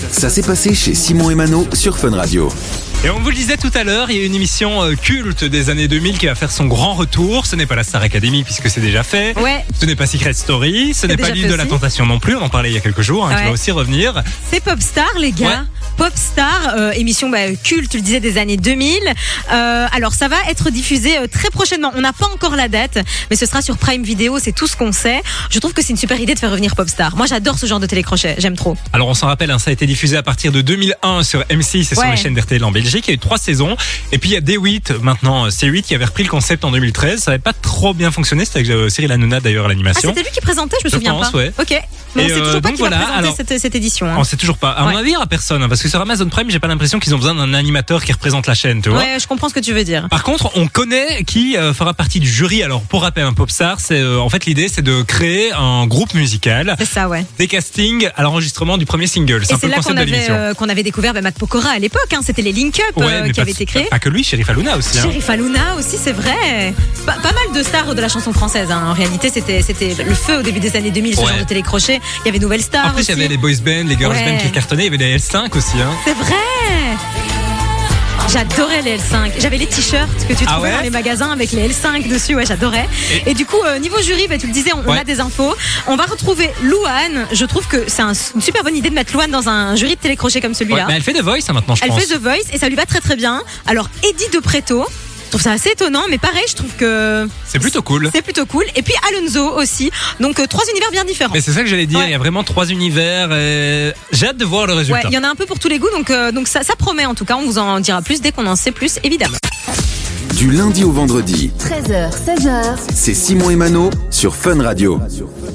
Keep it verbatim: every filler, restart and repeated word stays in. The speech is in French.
Ça s'est passé chez Simon et Mano sur Fun Radio. Et on vous le disait tout à l'heure, il y a une émission euh, culte des années deux mille qui va faire son grand retour. Ce n'est pas la Star Academy puisque c'est déjà fait. Ouais. Ce n'est pas Secret Story. Ce C'est n'est pas déjà l'île fait de la aussi. tentation non plus. On en parlait il y a quelques jours. Hein, Ouais. Qui va aussi revenir. C'est Popstar, les gars. Ouais. Popstar, euh, émission bah, culte, tu le disais, des années deux mille. Euh, alors, ça va être diffusé euh, très prochainement. On n'a pas encore la date, mais ce sera sur Prime Video, c'est tout ce qu'on sait. Je trouve que c'est une super idée de faire revenir Popstar. Moi, j'adore ce genre de télécrochet, j'aime trop. Alors on s'en rappelle, hein, ça a été diffusé à partir de deux mille un sur M six et sur Ouais. les chaînes d'R T L en Belgique. Il y a eu trois saisons. Et puis il y a D huit, maintenant C huit, qui avait repris le concept en deux mille treize. Ça n'avait pas trop bien fonctionné. C'était avec euh, Cyril Hanouna d'ailleurs à Ah, l'animation. c'était lui qui présentait, je me Je souviens pense, pas. ouais. Ok. Mais Et, on sait euh, toujours pas donc qui va voilà, présenter alors- cette, cette édition. Hein. On sait toujours pas. À Ouais. mon avis, il n'y aura personne. Hein, parce que sur Amazon Prime, j'ai pas l'impression qu'ils ont besoin d'un animateur qui représente la chaîne, tu vois. Ouais, je comprends ce que tu veux dire. Par contre, on connaît qui euh, fera partie du jury. Alors, pour rappel, un Popstar, c'est euh, en fait l'idée, c'est de créer un groupe musical, C'est ça, ouais. des castings à l'enregistrement du premier single. C'est Et un peu c'est le là concept qu'on de avait, l'émission. euh, qu'on avait découvert bah, Matt Pokora à l'époque. Hein. C'était les Link Up euh, mais qui pas, avaient été créés. pas que lui, Sheriff Halouna aussi. Hein. Sheriff Halouna aussi, c'est vrai. Pas, pas mal de stars de la chanson française. Hein. En réalité, c'était c'était le feu au début des années deux mille, ce Ouais. genre de télécrochet. Il y avait Nouvelle Star En plus, il aussi. y avait les boys bands, les girls Ouais. bands qui cartonnaient. Il y avait les L cinq aussi. Hein. C'est vrai. J'adorais les L cinq. J'avais les t-shirts que tu Ah trouvais ouais dans les magasins avec les L cinq dessus. Ouais, j'adorais. Et, Et- du coup, euh, niveau jury, bah, tu le disais, on, on Ouais. a des infos. On va retrouver Louane. Je trouve que c'est un- une super bonne idée de mettre Louane dans un jury de télécrochet comme Ouais, celui-là. mais elle fait The Voice hein, maintenant, je Elle pense. fait The Voice et ça lui va très très bien. Alors, Eddie De Preto. Je trouve ça assez étonnant, mais pareil, je trouve que C'est plutôt cool. c'est plutôt cool. Et puis Alonso aussi. Donc euh, trois univers bien différents. Mais c'est ça que j'allais dire. Ouais. Il y a vraiment trois univers. Et j'ai hâte de voir le Ouais, résultat. il y en a un peu pour tous les goûts, donc, euh, donc ça, ça promet en tout cas. On vous en dira plus dès qu'on en sait plus, évidemment. Du lundi au vendredi, treize heures, seize heures. c'est Simon et Mano sur Fun Radio.